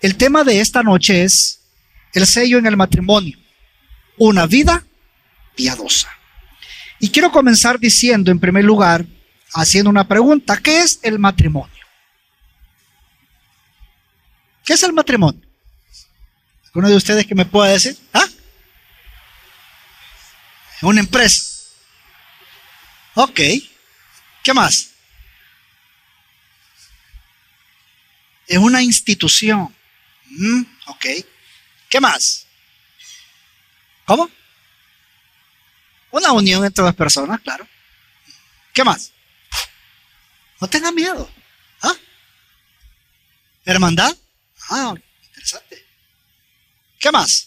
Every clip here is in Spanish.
El tema de esta noche es el sello en el matrimonio, una vida piadosa. Y quiero comenzar diciendo, en primer lugar, haciendo una pregunta: ¿qué es el matrimonio? ¿Qué es el matrimonio? ¿Alguno de ustedes que me pueda decir? ¿Ah? Una empresa. Ok. ¿Qué más? Es una institución. Ok. ¿Qué más? ¿Cómo? Una unión entre dos personas, claro. ¿Qué más? No tenga miedo. ¿Ah? ¿Hermandad? Ah, interesante. ¿Qué más?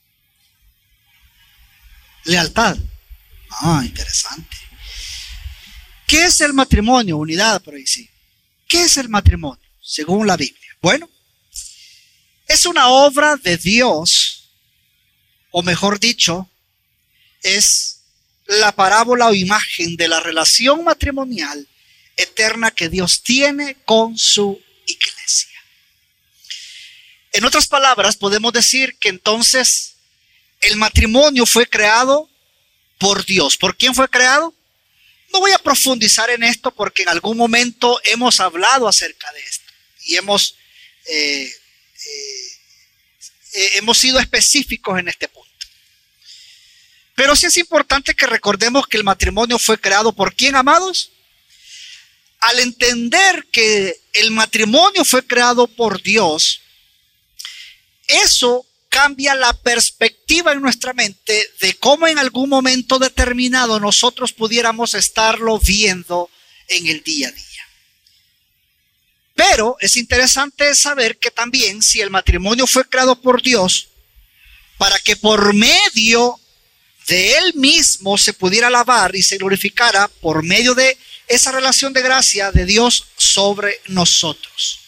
Lealtad. Ah, interesante. ¿Qué es el matrimonio? Unidad, por ahí sí. ¿Qué es el matrimonio, según la Biblia? Bueno, es una obra de Dios, o mejor dicho, es la parábola o imagen de la relación matrimonial eterna que Dios tiene con su iglesia. En otras palabras, podemos decir que entonces el matrimonio fue creado por Dios. ¿Por quién fue creado? No voy a profundizar en esto porque en algún momento hemos hablado acerca de esto y hemos sido específicos en este punto. Pero sí es importante que recordemos que el matrimonio fue creado ¿por quién, amados? Al entender que el matrimonio fue creado por Dios, eso cambia la perspectiva en nuestra mente de cómo en algún momento determinado nosotros pudiéramos estarlo viendo en el día a día. Pero es interesante saber que también si el matrimonio fue creado por Dios para que por medio de Él mismo se pudiera alabar y se glorificara por medio de esa relación de gracia de Dios sobre nosotros.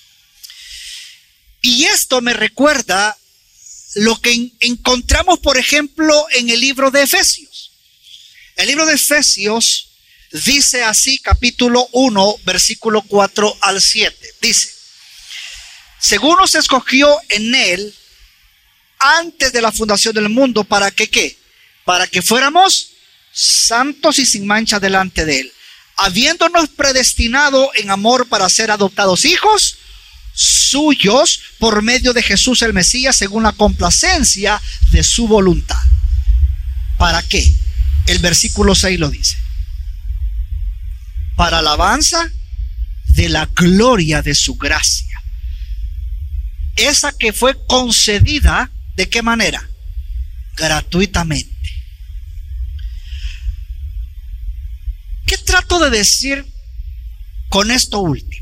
Y esto me recuerda lo que encontramos, por ejemplo, en el libro de Efesios. El libro de Efesios dice así, capítulo 1, versículo 4 al 7. Dice: según nos escogió en Él antes de la fundación del mundo, ¿para que qué? Para que fuéramos santos y sin mancha delante de Él, habiéndonos predestinado en amor para ser adoptados hijos suyos por medio de Jesús el Mesías, según la complacencia de su voluntad. ¿Para qué? El versículo 6 lo dice: para alabanza de la gloria de su gracia, esa que fue concedida, ¿de qué manera? Gratuitamente. ¿Qué trato de decir con esto último?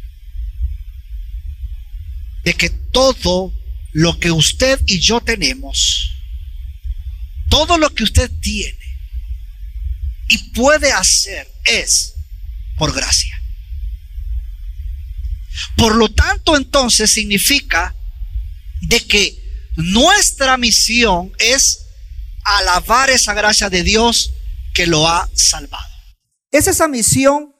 De que todo lo que usted y yo tenemos, todo lo que usted tiene y puede hacer es por gracia. Por lo tanto, entonces significa de que nuestra misión es alabar esa gracia de Dios que lo ha salvado. Es esa misión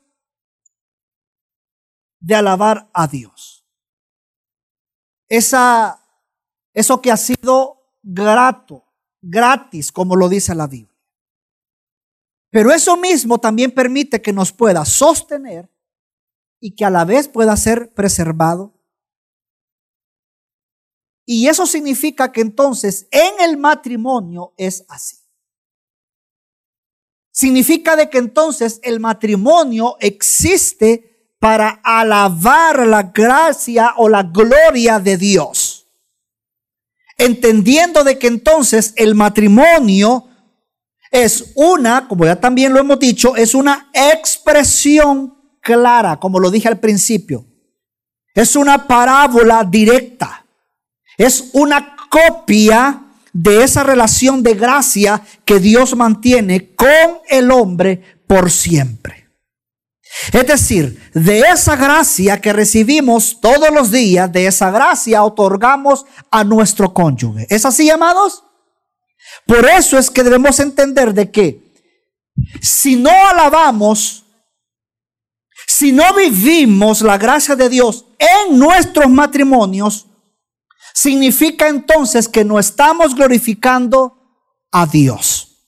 de alabar a Dios. Eso que ha sido gratis, como lo dice la Biblia. Pero eso mismo también permite que nos pueda sostener y que a la vez pueda ser preservado. Y eso significa que entonces en el matrimonio es así. Significa de que entonces el matrimonio existe para alabar la gracia o la gloria de Dios. Entendiendo de que entonces el matrimonio es una, como ya también lo hemos dicho, es una expresión clara, como lo dije al principio. Es una parábola directa. Es una copia de esa relación de gracia que Dios mantiene con el hombre por siempre. Es decir, de esa gracia que recibimos todos los días, de esa gracia otorgamos a nuestro cónyuge. ¿Es así, amados? Por eso es que debemos entender de que si no alabamos, si no vivimos la gracia de Dios en nuestros matrimonios, significa entonces que no estamos glorificando a Dios.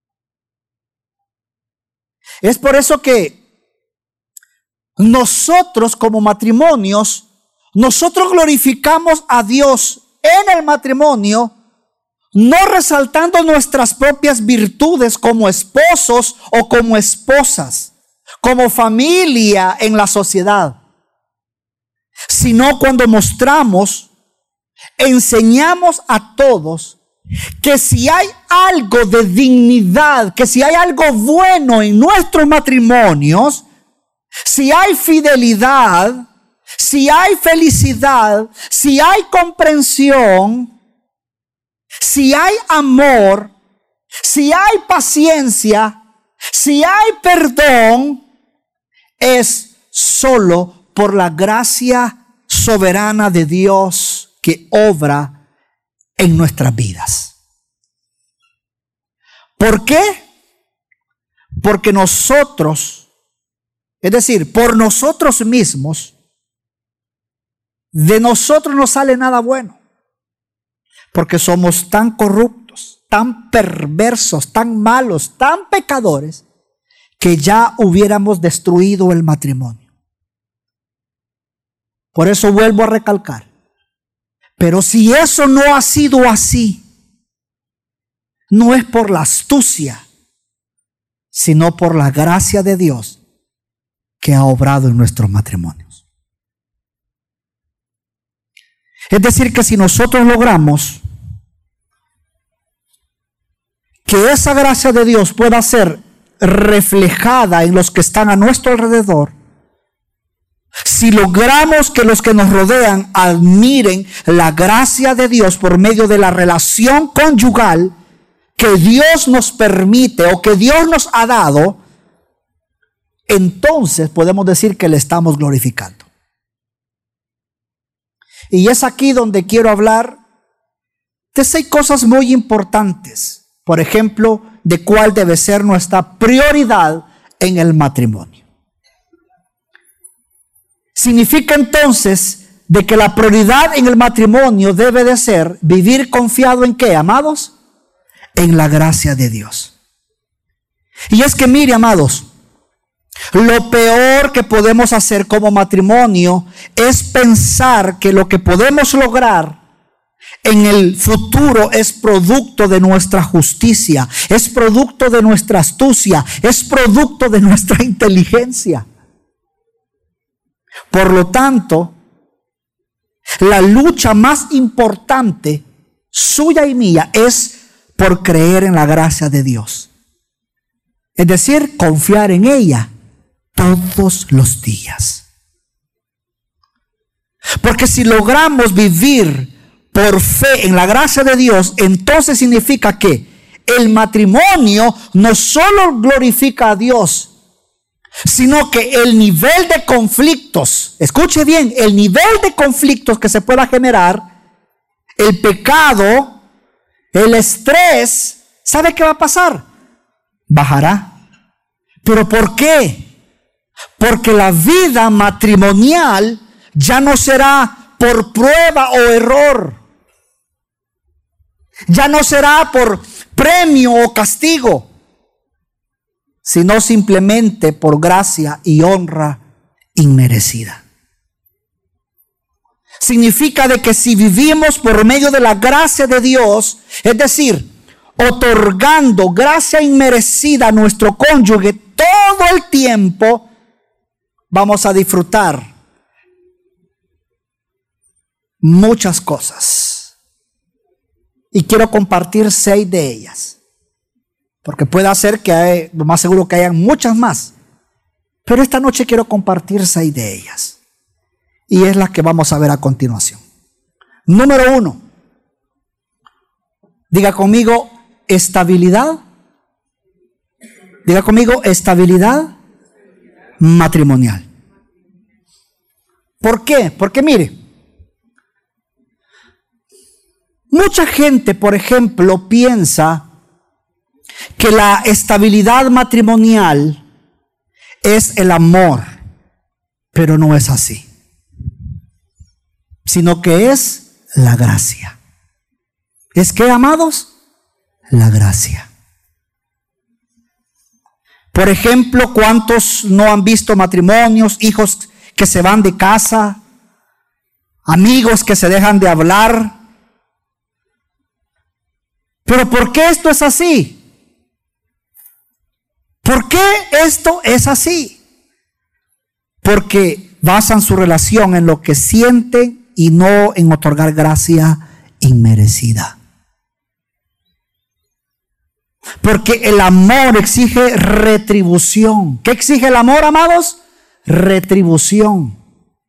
Es por eso que nosotros como matrimonios, nosotros glorificamos a Dios en el matrimonio, no resaltando nuestras propias virtudes como esposos o como esposas, como familia en la sociedad, sino cuando mostramos, enseñamos a todos que si hay algo de dignidad, que si hay algo bueno en nuestros matrimonios, si hay fidelidad, si hay felicidad, si hay comprensión, si hay amor, si hay paciencia, si hay perdón, es solo por la gracia soberana de Dios que obra en nuestras vidas. ¿Por qué? Porque nosotros, es decir, por nosotros mismos, de nosotros no sale nada bueno. Porque somos tan corruptos, tan perversos, tan malos, tan pecadores, que ya hubiéramos destruido el matrimonio. Por eso vuelvo a recalcar. Pero si eso no ha sido así, no es por la astucia, sino por la gracia de Dios que ha obrado en nuestros matrimonios. Es decir, que si nosotros logramos que esa gracia de Dios pueda ser reflejada en los que están a nuestro alrededor, si logramos que los que nos rodean admiren la gracia de Dios por medio de la relación conyugal que Dios nos permite o que Dios nos ha dado, entonces podemos decir que le estamos glorificando. Y es aquí donde quiero hablar de 6 cosas muy importantes. Por ejemplo, de cuál debe ser nuestra prioridad en el matrimonio. Significa entonces de que la prioridad en el matrimonio debe de ser vivir confiado en ¿qué, amados? En la gracia de Dios. Y es que mire, amados, lo peor que podemos hacer como matrimonio es pensar que lo que podemos lograr en el futuro es producto de nuestra justicia, es producto de nuestra astucia, es producto de nuestra inteligencia. Por lo tanto, la lucha más importante, suya y mía, es por creer en la gracia de Dios. Es decir, confiar en ella todos los días. Porque si logramos vivir por fe en la gracia de Dios, entonces significa que el matrimonio no solo glorifica a Dios, sino que el nivel de conflictos, escuche bien, el nivel de conflictos que se pueda generar, el pecado, el estrés, ¿sabe qué va a pasar? Bajará. ¿Pero por qué? Porque la vida matrimonial ya no será por prueba o error. Ya no será por premio o castigo, sino simplemente por gracia y honra inmerecida. Significa de que si vivimos por medio de la gracia de Dios, es decir, otorgando gracia inmerecida a nuestro cónyuge todo el tiempo, vamos a disfrutar muchas cosas. Y quiero compartir 6 de ellas. Porque puede ser que lo más seguro que hayan muchas más. Pero esta noche quiero compartir 6 de ellas. Y es la que vamos a ver a continuación. Número 1. Diga conmigo, estabilidad. Diga conmigo, estabilidad matrimonial. ¿Por qué? Porque mire, mucha gente, por ejemplo, piensa que la estabilidad matrimonial es el amor, pero no es así, sino que es la gracia. ¿Es qué, amados? La gracia. Por ejemplo, ¿cuántos no han visto matrimonios, hijos que se van de casa, amigos que se dejan de hablar? ¿Pero por qué esto es así? ¿Por qué esto es así? Porque basan su relación en lo que sienten y no en otorgar gracia inmerecida. Porque el amor exige retribución. ¿Qué exige el amor, amados? Retribución.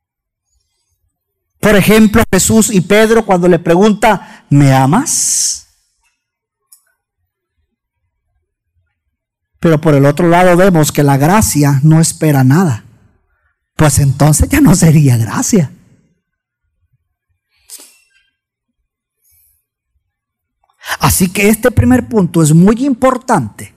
Por ejemplo, Jesús y Pedro cuando le pregunta, ¿me amas? Pero por el otro lado vemos que la gracia no espera nada. Pues entonces ya no sería gracia. Así que este primer punto es muy importante,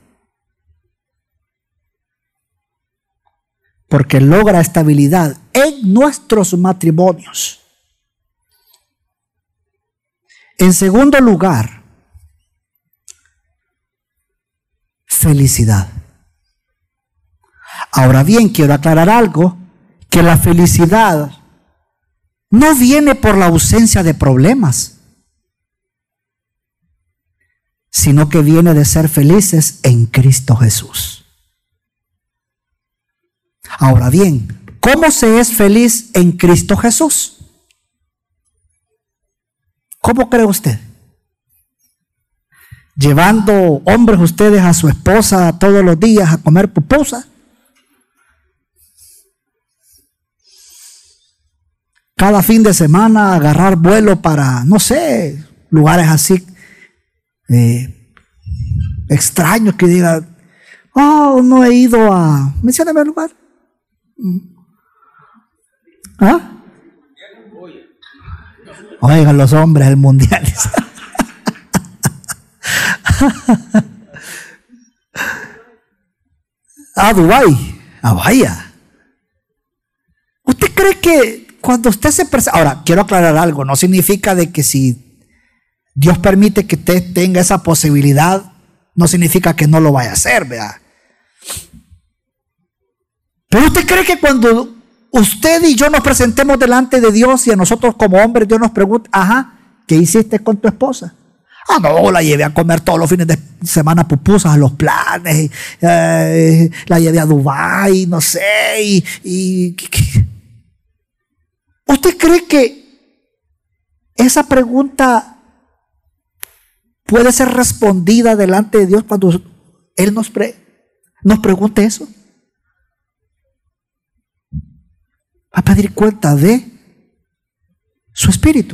porque logra estabilidad en nuestros matrimonios. En segundo lugar, felicidad. Ahora bien, quiero aclarar algo, que la felicidad no viene por la ausencia de problemas, sino que viene de ser felices en Cristo Jesús. Ahora bien, ¿cómo se es feliz en Cristo Jesús? ¿Cómo cree usted? Llevando hombres ustedes a su esposa todos los días a comer pupusas. Cada fin de semana agarrar vuelo para, no sé, lugares así extraños que digan, oh, no he ido a... Mencióname el lugar. ¿Ah? Oigan los hombres, el mundial. A Dubái, a Bahía. ¿Usted cree que cuando usted se presenta... Ahora, quiero aclarar algo, no significa de que si Dios permite que usted tenga esa posibilidad, no significa que no lo vaya a hacer, ¿verdad? Pero usted cree que cuando usted y yo nos presentemos delante de Dios y a nosotros como hombres, Dios nos pregunta, ajá, ¿qué hiciste con tu esposa? Ah, no, la llevé a comer todos los fines de semana pupusas a los planes, la llevé a Dubái, no sé, ¿Usted cree que esa pregunta puede ser respondida delante de Dios cuando Él nos pregunte eso? Va a pedir cuenta de su espíritu.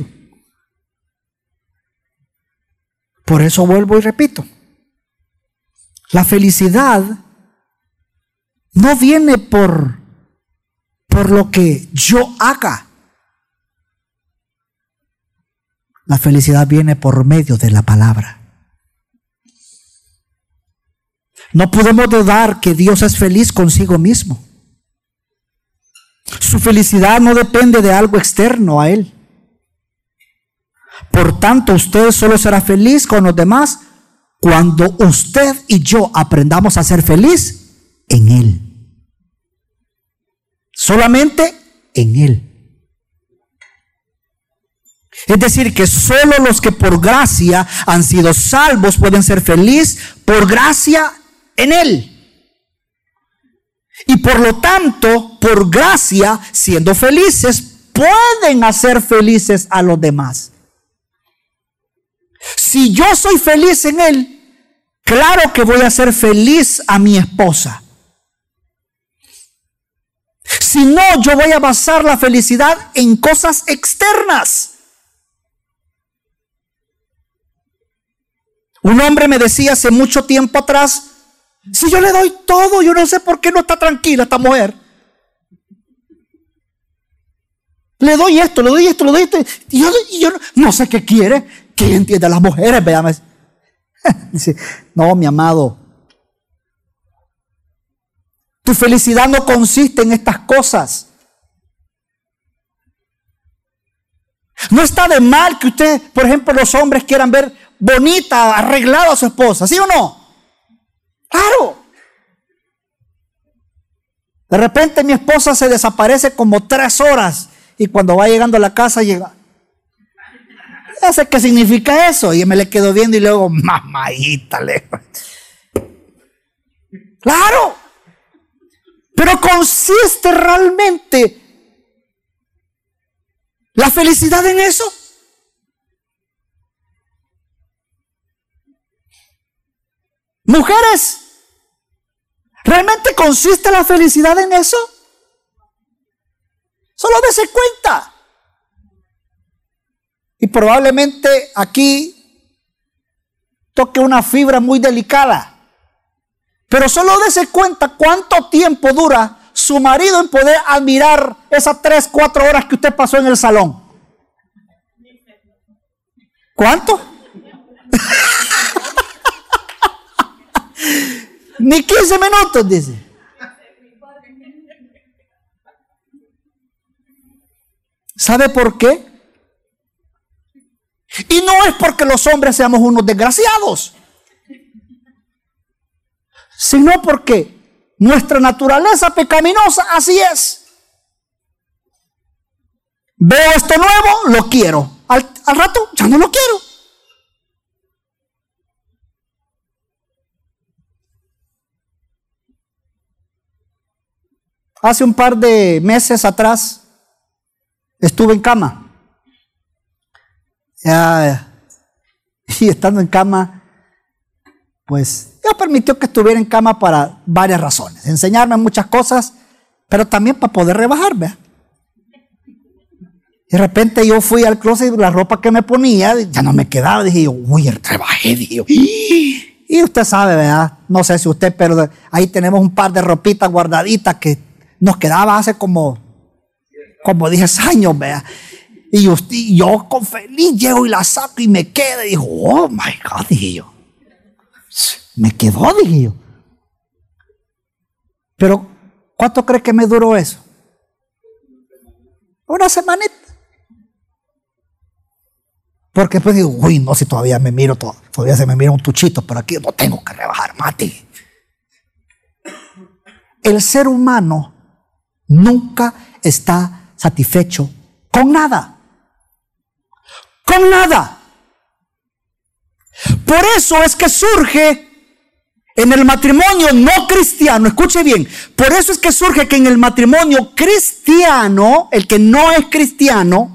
Por eso vuelvo y repito, la felicidad no viene por lo que yo haga. La felicidad viene por medio de la palabra. No podemos dudar que Dios es feliz consigo mismo. Su felicidad no depende de algo externo a Él. Por tanto, usted solo será feliz con los demás cuando usted y yo aprendamos a ser feliz en Él. Solamente en Él. Es decir, que solo los que por gracia han sido salvos pueden ser felices por gracia en Él. Y por lo tanto, por gracia, siendo felices, pueden hacer felices a los demás. Si yo soy feliz en Él, claro que voy a hacer feliz a mi esposa. Si no, yo voy a basar la felicidad en cosas externas. Un hombre me decía hace mucho tiempo atrás, si yo le doy todo, yo no sé por qué no está tranquila esta mujer. Le doy esto, le doy esto, le doy esto. Y yo no sé qué quiere. ¿Quién entiende a las mujeres? Véame. Dice, no, mi amado. Tu felicidad no consiste en estas cosas. No está de mal que usted, por ejemplo, los hombres quieran ver bonita, arreglada a su esposa, ¿sí o no? Claro. De repente mi esposa se desaparece como 3 horas y cuando va llegando a la casa llega. Ya sé qué significa eso. Y me le quedo viendo y luego, mamadita, lejos. Claro. Pero consiste realmente la felicidad en eso. Mujeres, ¿realmente consiste la felicidad en eso? Solo dése cuenta. Y probablemente aquí toque una fibra muy delicada. Pero solo dése cuenta cuánto tiempo dura su marido en poder admirar esas 3, 4 horas que usted pasó en el salón. ¿Cuánto? Ni 15 minutos, dice. ¿Sabe por qué? Y no es porque los hombres seamos unos desgraciados, sino porque nuestra naturaleza pecaminosa así es. Veo esto nuevo, lo quiero. Al rato ya no lo quiero. Hace un par de meses atrás estuve en cama. Y estando en cama, pues Dios permitió que estuviera en cama para varias razones. Enseñarme muchas cosas, pero también para poder rebajar, ¿verdad? De repente yo fui al closet y la ropa que me ponía ya no me quedaba. Dije yo, uy, rebajé, dije yo. Y usted sabe, ¿verdad? No sé si usted, pero ahí tenemos un par de ropitas guardaditas que nos quedaba hace como 10 años, ¿verdad? Y yo con feliz llego y la saco y me quedo. Y digo, oh my God, dije yo. Me quedó, dije yo. Pero, ¿cuánto cree que me duró eso? Una semanita. Porque después digo, uy, no, si todavía me miro, todavía se me mira un tuchito, pero aquí no tengo que rebajar, mate. El ser humano nunca está satisfecho con nada. Con nada. Por eso es que surge en el matrimonio no cristiano, escuche bien, por eso es que surge que en el matrimonio cristiano, el que no es cristiano,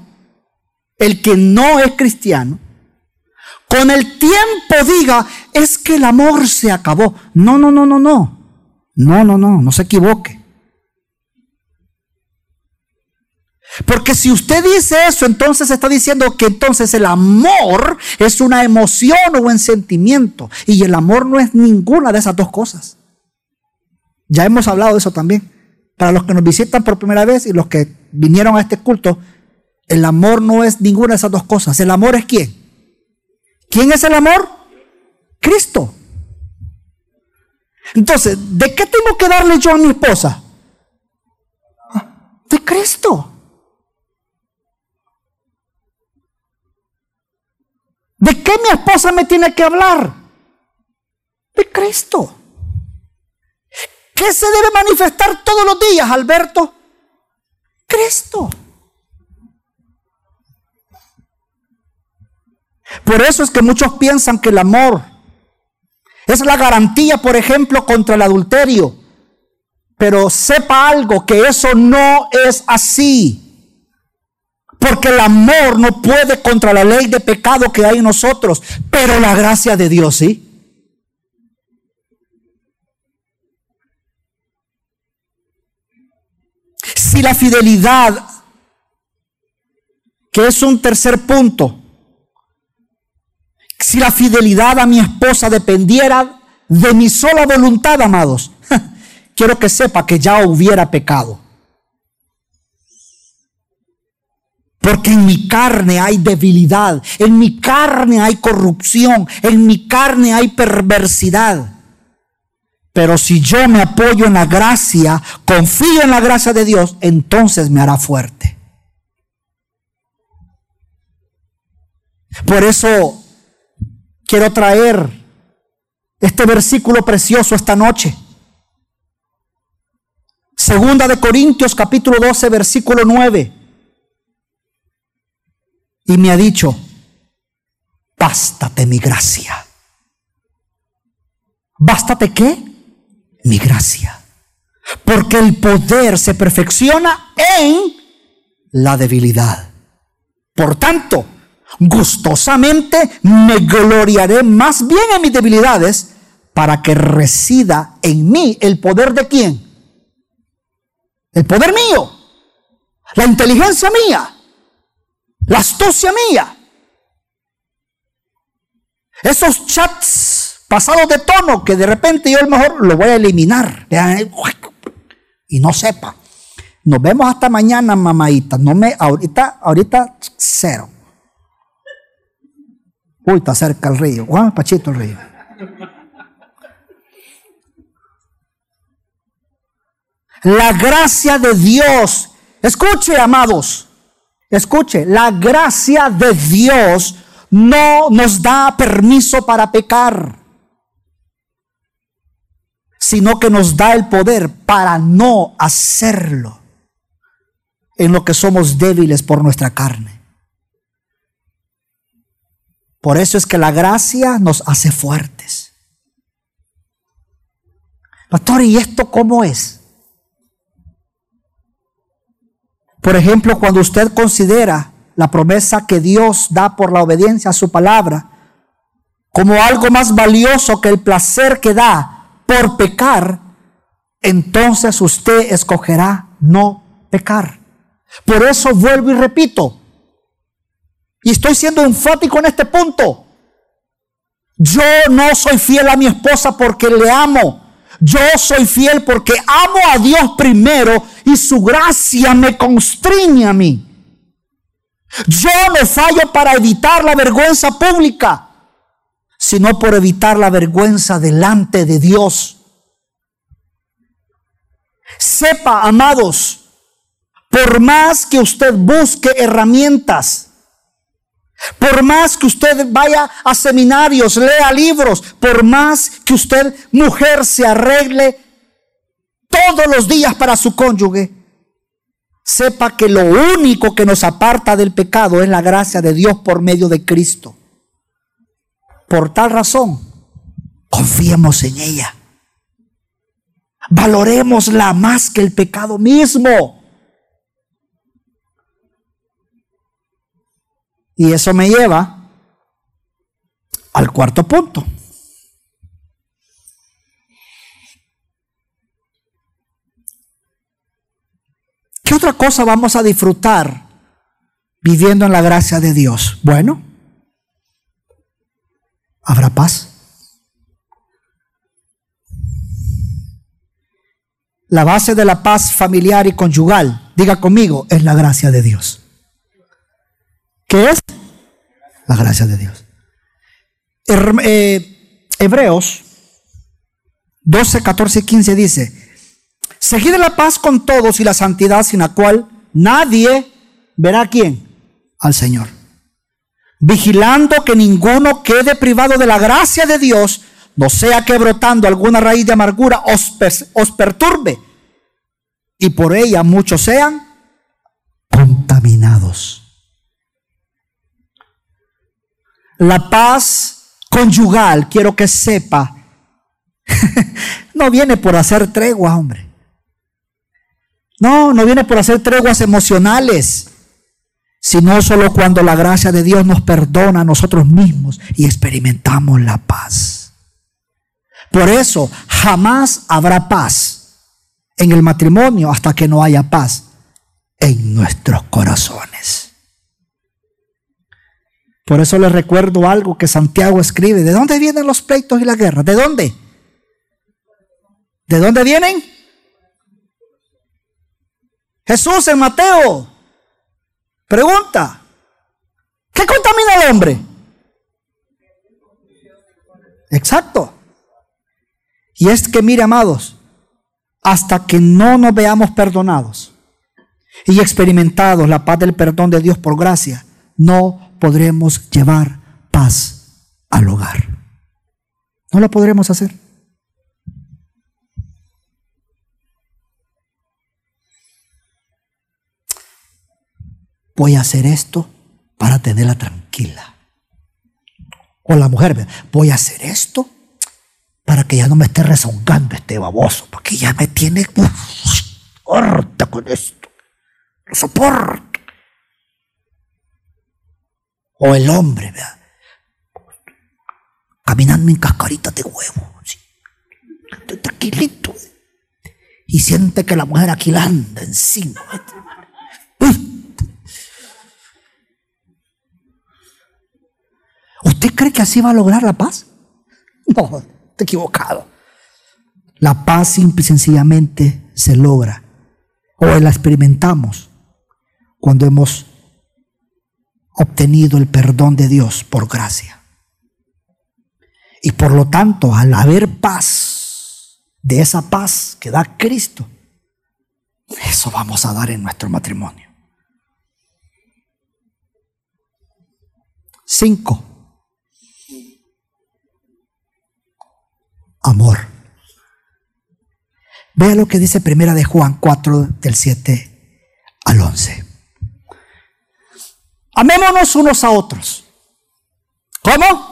con el tiempo diga, es que el amor se acabó. No se equivoque. Porque si usted dice eso, entonces está diciendo que entonces el amor es una emoción o un sentimiento. Y el amor no es ninguna de esas dos cosas. Ya hemos hablado de eso también. Para los que nos visitan por primera vez y los que vinieron a este culto, el amor no es ninguna de esas dos cosas. ¿El amor es quién? ¿Quién es el amor? Cristo. Entonces, ¿de qué tengo que darle yo a mi esposa? De Cristo. ¿De qué mi esposa me tiene que hablar? De Cristo. ¿Qué se debe manifestar todos los días, Alberto? Cristo. Por eso es que muchos piensan que el amor es la garantía, por ejemplo, contra el adulterio. Pero sepa algo, que eso no es así. Porque el amor no puede contra la ley de pecado que hay en nosotros, pero la gracia de Dios sí. Si la fidelidad, que es un tercer punto, si la fidelidad a mi esposa dependiera de mi sola voluntad, amados, quiero que sepa que ya hubiera pecado. Porque en mi carne hay debilidad, en mi carne hay corrupción, en mi carne hay perversidad. Pero si yo me apoyo en la gracia, confío en la gracia de Dios, entonces me hará fuerte. Por eso quiero traer este versículo precioso esta noche. Segunda de Corintios capítulo 12 versículo 9. Y me ha dicho: bástate mi gracia. ¿Bástate qué? Mi gracia. Porque el poder se perfecciona en la debilidad. Por tanto, gustosamente me gloriaré más bien en mis debilidades, para que resida en mí el poder de ¿quién? El poder mío, la inteligencia mía, la astucia mía. Esos chats pasados de tono que de repente yo a lo mejor lo voy a eliminar y no sepa. Nos vemos hasta mañana, mamadita. Ahorita cero. Uy, está cerca el río. Juan Pachito el río. La gracia de Dios. Escuche, amados. Escuche. La gracia de Dios no nos da permiso para pecar, sino que nos da el poder para no hacerlo en lo que somos débiles por nuestra carne. Por eso es que la gracia nos hace fuertes. Pastor, ¿y esto cómo es? Por ejemplo, cuando usted considera la promesa que Dios da por la obediencia a su palabra como algo más valioso que el placer que da por pecar, entonces usted escogerá no pecar. Por eso vuelvo y repito, y estoy siendo enfático en este punto: yo no soy fiel a mi esposa porque le amo. Yo soy fiel porque amo a Dios primero y su gracia me constriñe a mí. Yo no fallo para evitar la vergüenza pública, sino por evitar la vergüenza delante de Dios. Sepa, amados, por más que usted busque herramientas, por más que usted vaya a seminarios, lea libros, por más que usted, mujer, se arregle todos los días para su cónyuge, sepa que lo único que nos aparta del pecado es la gracia de Dios por medio de Cristo. Por tal razón, confiemos en ella. Valorémosla más que el pecado mismo. Y eso me lleva al cuarto punto. ¿Qué otra cosa vamos a disfrutar viviendo en la gracia de Dios? Bueno, habrá paz. La base de la paz familiar y conyugal, diga conmigo, es la gracia de Dios. ¿Qué es? La gracia de Dios. Hebreos 12, 14 y 15 dice: seguid la paz con todos y la santidad, sin la cual nadie verá ¿a quién? Al Señor. Vigilando que ninguno quede privado de la gracia de Dios, no sea que brotando alguna raíz de amargura os perturbe, y por ella muchos sean contaminados. La paz conyugal, quiero que sepa, no viene por hacer tregua, hombre. No viene por hacer treguas emocionales, sino solo cuando la gracia de Dios nos perdona a nosotros mismos y experimentamos la paz. Por eso jamás habrá paz en el matrimonio hasta que no haya paz en nuestros corazones. Por eso les recuerdo algo que Santiago escribe: ¿de dónde vienen los pleitos y la guerra? ¿De dónde? ¿De dónde vienen? Jesús en Mateo pregunta: ¿qué contamina al hombre? Exacto. Y es que, mire, amados, hasta que no nos veamos perdonados y experimentados la paz del perdón de Dios por gracia, no podremos llevar paz al hogar. No lo podremos hacer. Voy a hacer esto para tenerla tranquila. O la mujer, voy a hacer esto para que ya no me esté rezongando este baboso, porque ya me tiene corta con esto. No soporto. O el hombre, ¿verdad? Caminando en cascaritas de huevo, ¿sí? Tranquilito. Y siente que la mujer aquí la anda encima. ¿Usted cree que así va a lograr la paz? No, está equivocado. La paz simple y sencillamente se logra o la experimentamos cuando hemos obtenido el perdón de Dios por gracia. Y por lo tanto, al haber paz, de esa paz que da Cristo, eso vamos a dar en nuestro matrimonio. 5. Amor. Vea lo que dice Primera de Juan 4, del 7 al 11. Amémonos unos a otros. ¿Cómo?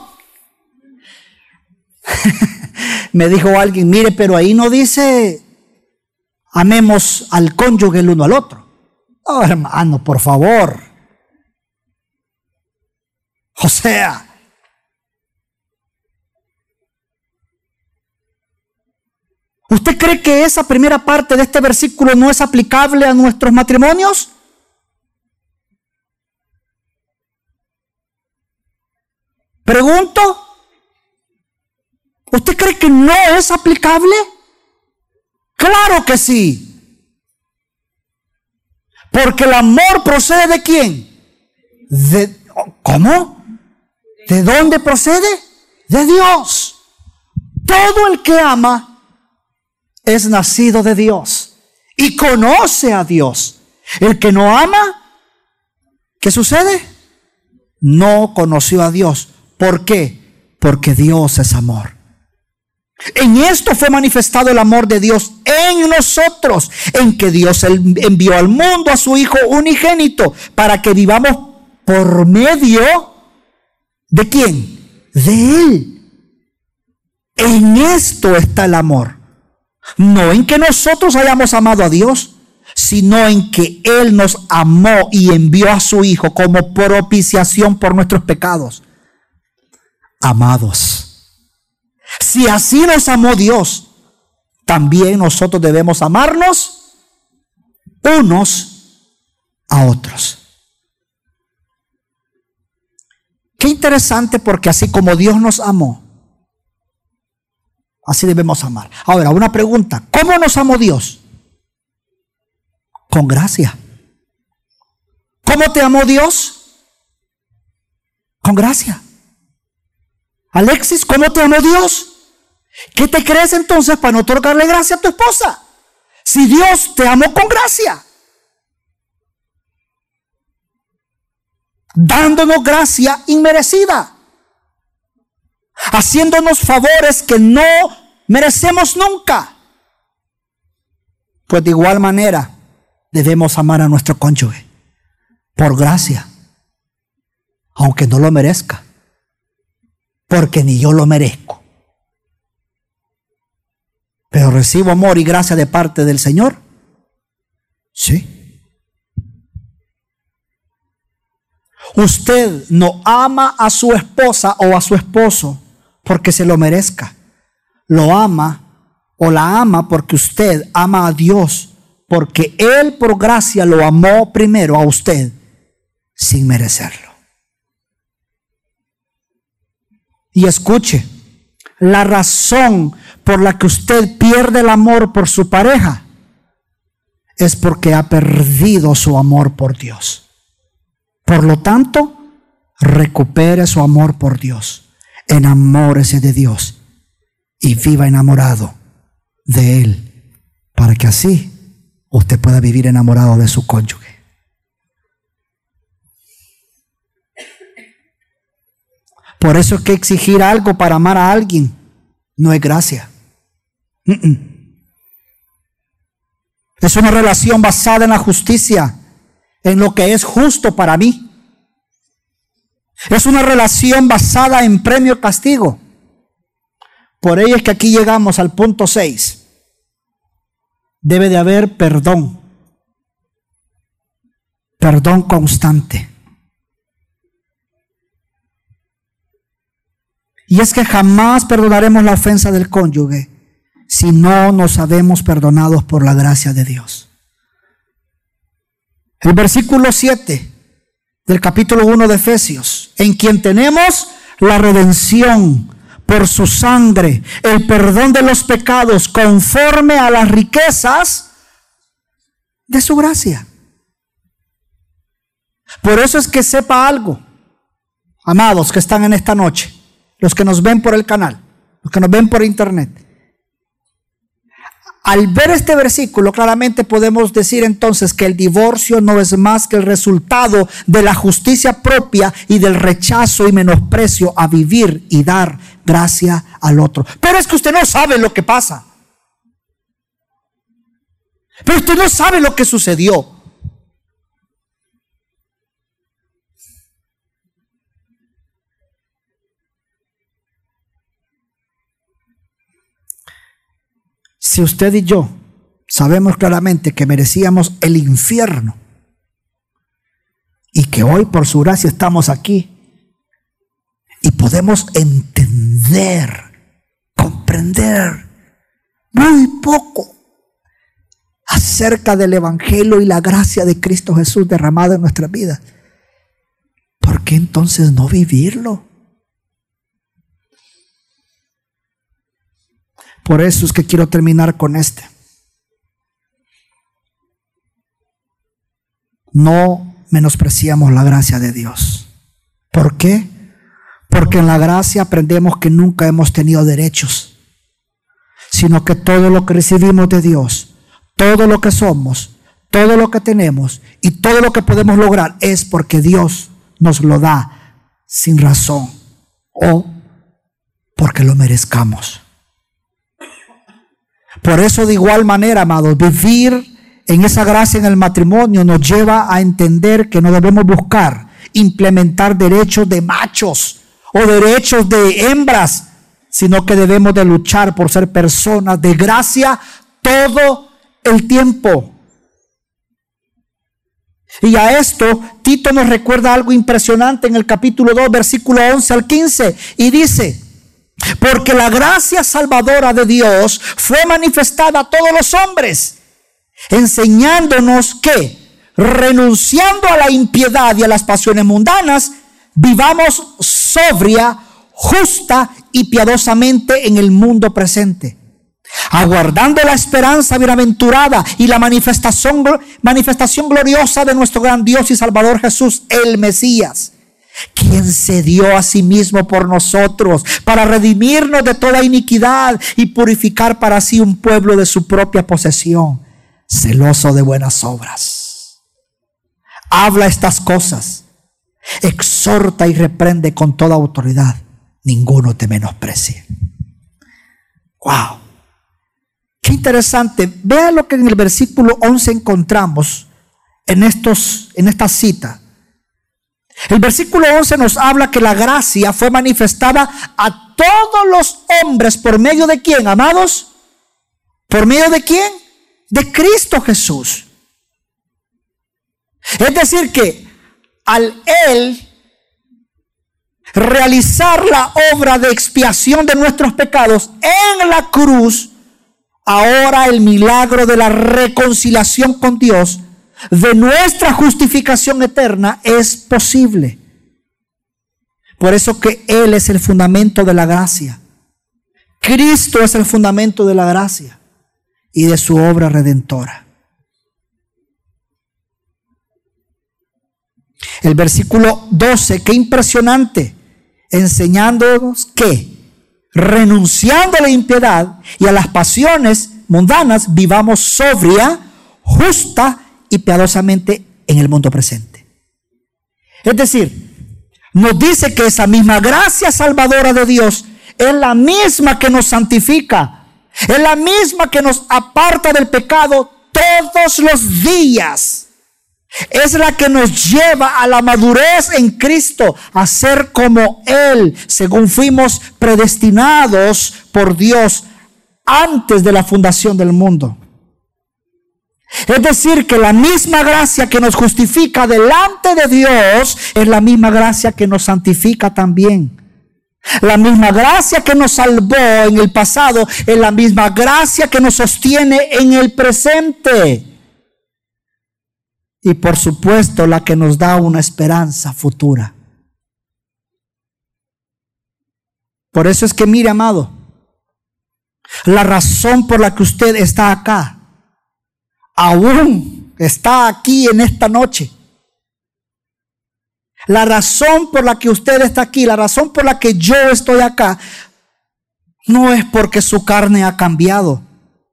Me dijo alguien, mire, pero ahí no dice amemos al cónyuge el uno al otro. Oh, hermano, por favor. O sea, ¿usted cree que esa primera parte de este versículo no es aplicable a nuestros matrimonios? Pregunto, ¿usted cree que no es aplicable? Claro que sí. Porque el amor procede ¿de quién? ¿Cómo? ¿De dónde procede? De Dios. Todo el que ama es nacido de Dios y conoce a Dios. El que no ama, ¿qué sucede? No conoció a Dios. ¿Por qué? Porque Dios es amor. En esto fue manifestado el amor de Dios en nosotros, en que Dios envió al mundo a su Hijo unigénito para que vivamos por medio ¿de quién? De Él. En esto está el amor. No en que nosotros hayamos amado a Dios, sino en que Él nos amó y envió a su Hijo como propiciación por nuestros pecados. Amados, si así nos amó Dios, también nosotros debemos amarnos unos a otros. Qué interesante, porque así como Dios nos amó, así debemos amar. Ahora, una pregunta: ¿cómo nos amó Dios? Con gracia. ¿Cómo te amó Dios? Con gracia. Alexis, ¿cómo te amó Dios? ¿Qué te crees entonces para no otorgarle gracia a tu esposa? Si Dios te amó con gracia, dándonos gracia inmerecida, haciéndonos favores que no merecemos nunca. Pues de igual manera debemos amar a nuestro cónyuge por gracia, aunque no lo merezca, porque ni yo lo merezco. Pero recibo amor y gracia de parte del Señor. Sí. Usted no ama a su esposa o a su esposo porque se lo merezca. Lo ama o la ama porque usted ama a Dios, porque Él por gracia lo amó primero a usted sin merecerlo. Y escuche, la razón por la que usted pierde el amor por su pareja es porque ha perdido su amor por Dios. Por lo tanto, recupere su amor por Dios, enamórese de Dios y viva enamorado de Él, para que así usted pueda vivir enamorado de su cónyuge. Por eso es que exigir algo para amar a alguien no es gracia. Es una relación basada en la justicia, en lo que es justo para mí. Es una relación basada en premio y castigo. Por ello es que aquí llegamos al punto 6. Debe de haber perdón. Perdón constante. Y es que jamás perdonaremos la ofensa del cónyuge si no nos sabemos perdonados por la gracia de Dios. El versículo 7 del capítulo 1 de Efesios, en quien tenemos la redención por su sangre, el perdón de los pecados conforme a las riquezas de su gracia. Por eso es que sepa algo, amados que están en esta noche, los que nos ven por el canal, los que nos ven por internet. Al ver este versículo, claramente podemos decir entonces que el divorcio no es más que el resultado de la justicia propia y del rechazo y menosprecio a vivir y dar gracia al otro. Pero es que usted no sabe lo que pasa. Pero usted no sabe lo que sucedió. Si usted y yo sabemos claramente que merecíamos el infierno y que hoy por su gracia estamos aquí y podemos entender, comprender muy poco acerca del evangelio y la gracia de Cristo Jesús derramada en nuestras vidas, ¿por qué entonces no vivirlo? Por eso es que quiero terminar con este. No menospreciamos la gracia de Dios. ¿Por qué? Porque en la gracia aprendemos que nunca hemos tenido derechos, sino que todo lo que recibimos de Dios, todo lo que somos, todo lo que tenemos y todo lo que podemos lograr es porque Dios nos lo da sin razón o porque lo merezcamos. Por eso, de igual manera, amados, vivir en esa gracia en el matrimonio nos lleva a entender que no debemos buscar implementar derechos de machos o derechos de hembras, sino que debemos de luchar por ser personas de gracia todo el tiempo. Y a esto Tito nos recuerda algo impresionante en el capítulo 2, versículo 11 al 15, y dice: porque la gracia salvadora de Dios fue manifestada a todos los hombres, enseñándonos que, renunciando a la impiedad y a las pasiones mundanas, vivamos sobria, justa y piadosamente en el mundo presente, aguardando la esperanza bienaventurada y la manifestación gloriosa de nuestro gran Dios y Salvador Jesús, el Mesías, quien se dio a sí mismo por nosotros para redimirnos de toda iniquidad y purificar para sí un pueblo de su propia posesión, celoso de buenas obras. Habla estas cosas, exhorta y reprende con toda autoridad, ninguno te menosprecie. Wow, qué interesante. Vea lo que en el versículo 11 encontramos en esta cita. El versículo 11 nos habla que la gracia fue manifestada a todos los hombres. ¿Por medio de quién, amados? ¿Por medio de quién? De Cristo Jesús. Es decir que al Él realizar la obra de expiación de nuestros pecados en la cruz, ahora el milagro de la reconciliación con Dios, de nuestra justificación eterna, es posible. Por eso que Él es el fundamento de la gracia. Cristo es el fundamento de la gracia y de su obra redentora. El versículo 12, qué impresionante, enseñándonos que, renunciando a la impiedad y a las pasiones mundanas, vivamos sobria, justa y piadosamente en el mundo presente. Es decir, nos dice que esa misma gracia salvadora de Dios es la misma que nos santifica, es la misma que nos aparta del pecado todos los días. Es la que nos lleva a la madurez en Cristo, a ser como Él, según fuimos predestinados por Dios antes de la fundación del mundo. Es decir, que la misma gracia que nos justifica delante de Dios es la misma gracia que nos santifica también. La misma gracia que nos salvó en el pasado es la misma gracia que nos sostiene en el presente. Y por supuesto, la que nos da una esperanza futura. Por eso es que, mire, amado, la razón por la que usted está acá, aún está aquí en esta noche, la razón por la que usted está aquí, la razón por la que yo estoy acá, no es porque su carne ha cambiado.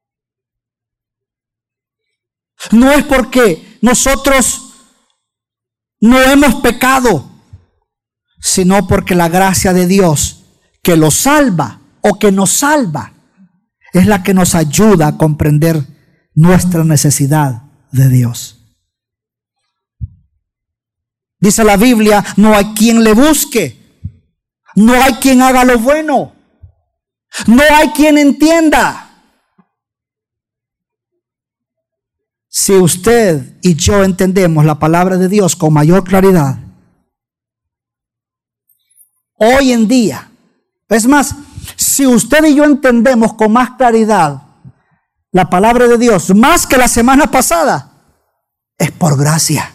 No es porque nosotros no hemos pecado, sino porque la gracia de Dios que lo salva o que nos salva es la que nos ayuda a comprender nuestra necesidad de Dios. Dice la Biblia, no hay quien le busque, no hay quien haga lo bueno, no hay quien entienda. Si usted y yo entendemos la palabra de Dios con mayor claridad, hoy en día, es más, si usted y yo entendemos con más claridad la palabra de Dios, más que la semana pasada, es por gracia.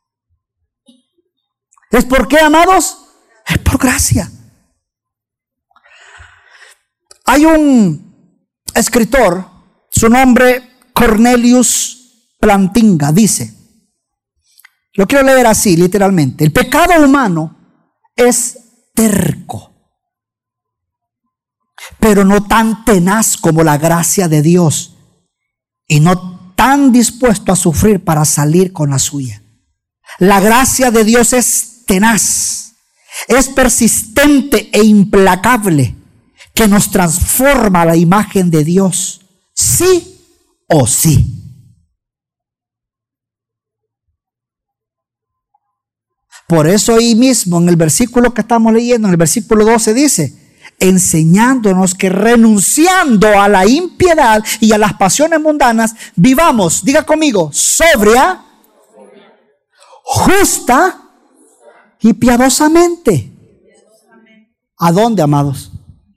¿Es por qué, amados? Es por gracia. Hay un escritor, su nombre Cornelius Plantinga, dice, lo quiero leer así literalmente: el pecado humano es terco, pero no tan tenaz como la gracia de Dios, y no tan dispuesto a sufrir para salir con la suya. La gracia de Dios es tenaz, es persistente e implacable, que nos transforma a la imagen de Dios, sí o sí. Por eso ahí mismo en el versículo que estamos leyendo, en el versículo 12 dice, enseñándonos que renunciando a la impiedad y a las pasiones mundanas, vivamos, diga conmigo, sobria, justa y piadosamente. ¿A dónde, amados?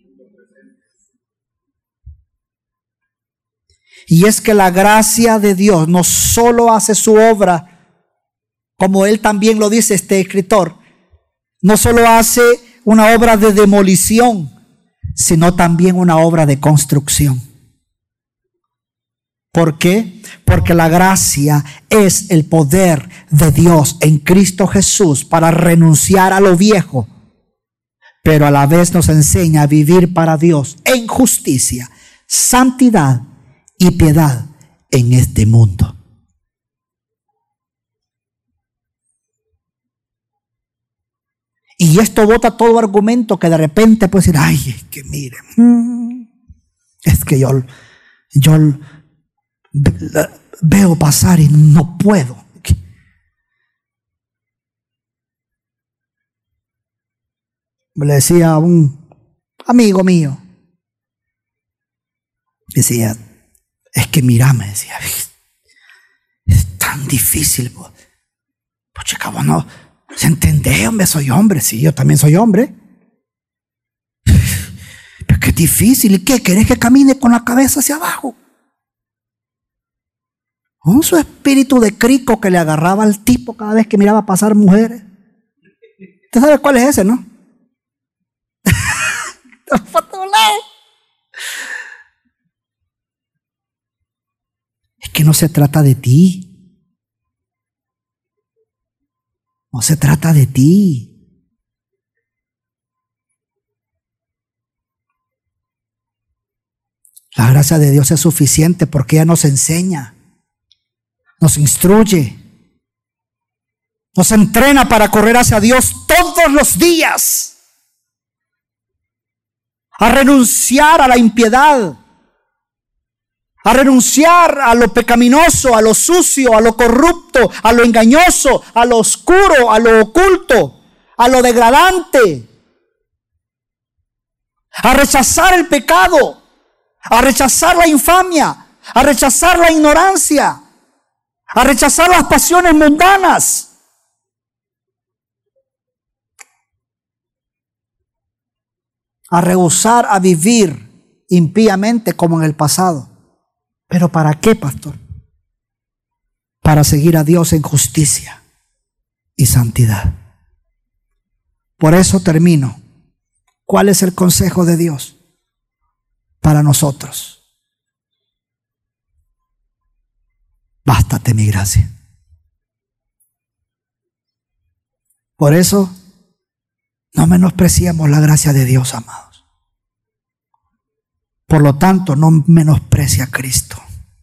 Y es que la gracia de Dios no solo hace su obra, como él también lo dice este escritor, no solo hace una obra de demolición, sino también una obra de construcción. ¿Por qué? Porque la gracia es el poder de Dios en Cristo Jesús para renunciar a lo viejo, pero a la vez nos enseña a vivir para Dios en justicia, santidad y piedad en este mundo. Y esto bota todo argumento que de repente puede decir, ay, es que miren, es que yo veo pasar y no puedo. Le decía a un amigo mío, decía, es que mira, me decía, es tan difícil, pues chica, vos no se entendés, hombre, soy hombre, sí, yo también soy hombre. Pero qué difícil, ¿y qué? ¿Querés que camine con la cabeza hacia abajo? Un su espíritu de crico que le agarraba al tipo cada vez que miraba pasar mujeres. ¿Usted sabe cuál es ese, no? Por todos lados. Es que no se trata de ti. No se trata de ti. La gracia de Dios es suficiente porque ella nos enseña, nos instruye, nos entrena para correr hacia Dios todos todos los días, a renunciar a la impiedad, a renunciar a lo pecaminoso, a lo sucio, a lo corrupto, a lo engañoso, a lo oscuro, a lo oculto, a lo degradante, a rechazar el pecado, a rechazar la infamia, a rechazar la ignorancia, a rechazar las pasiones mundanas. A rehusar a vivir impíamente como en el pasado. ¿Pero para qué, pastor? Para seguir a Dios en justicia y santidad. Por eso termino. ¿Cuál es el consejo de Dios para nosotros? Bástate mi gracia. Por eso, no menospreciemos la gracia de Dios, amados. Por lo tanto, no menosprecie a Cristo.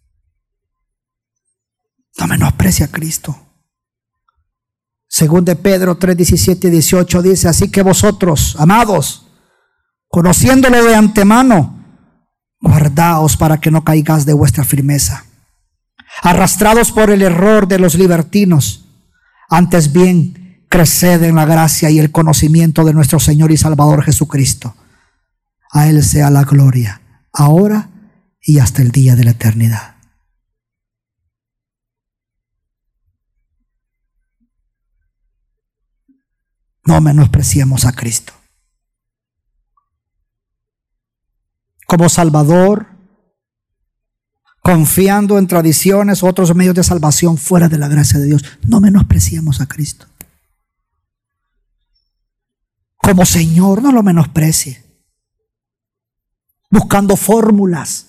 No menosprecie a Cristo. Según de Pedro 3, 17 y 18 dice: así que vosotros, amados, conociéndolo de antemano, guardaos para que no caigáis de vuestra firmeza, arrastrados por el error de los libertinos. Antes bien, creced en la gracia y el conocimiento de nuestro Señor y Salvador Jesucristo. A Él sea la gloria, ahora y hasta el día de la eternidad. No menospreciemos a Cristo como Salvador, confiando en tradiciones u otros medios de salvación fuera de la gracia de Dios. No menospreciemos a Cristo como Señor. No lo menosprecie buscando fórmulas,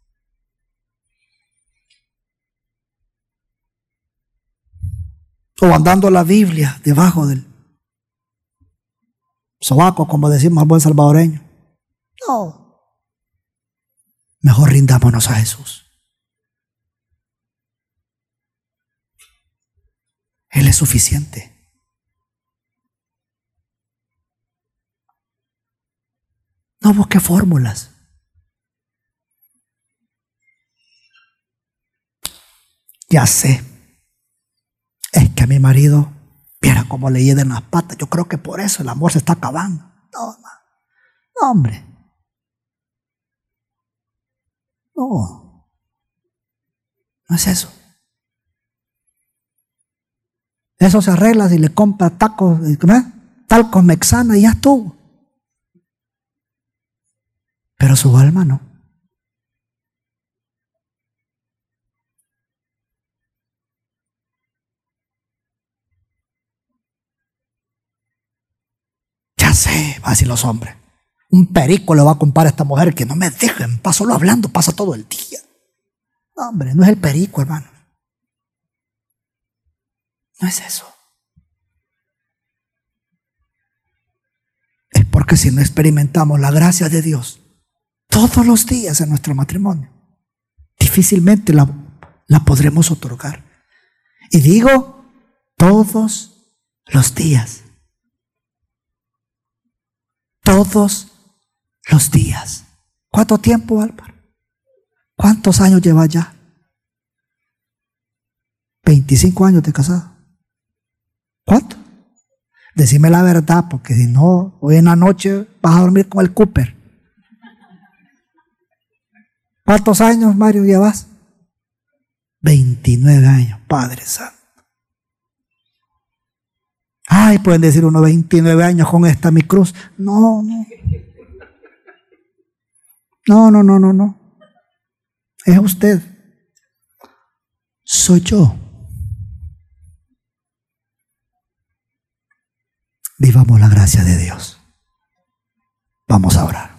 o andando la Biblia debajo del sobaco, como decimos al buen salvadoreño. No, mejor rindámonos a Jesús. Él es suficiente. No busque fórmulas. Ya sé, es que a mi marido, viera cómo le hieden las patas. Yo creo que por eso el amor se está acabando. No, no, hombre. No, no es eso. Eso se arregla si le compra tacos, talcos Mexana y ya estuvo. Pero su alma no. Ya sé, va a decir los hombres. Un perico le va a comprar a esta mujer que no me deja en paz, solo hablando, pasa todo el día. No, hombre, no es el perico, hermano. No es eso. Es porque si no experimentamos la gracia de Dios todos los días en nuestro matrimonio, difícilmente la podremos otorgar. Y digo, todos los días. Todos los días. ¿Cuánto tiempo, Álvaro? ¿Cuántos años llevas ya? 25 años de casado. ¿Cuánto? Decime la verdad, porque si no, hoy en la noche vas a dormir con el Cooper. ¿Cuántos años, Mario, llevas? 29 años, Padre Santo. Ay, pueden decir unos 29 años con esta mi cruz. No, no. No, no, no, no, no. Es usted. Soy yo. Vivamos la gracia de Dios. Vamos a orar.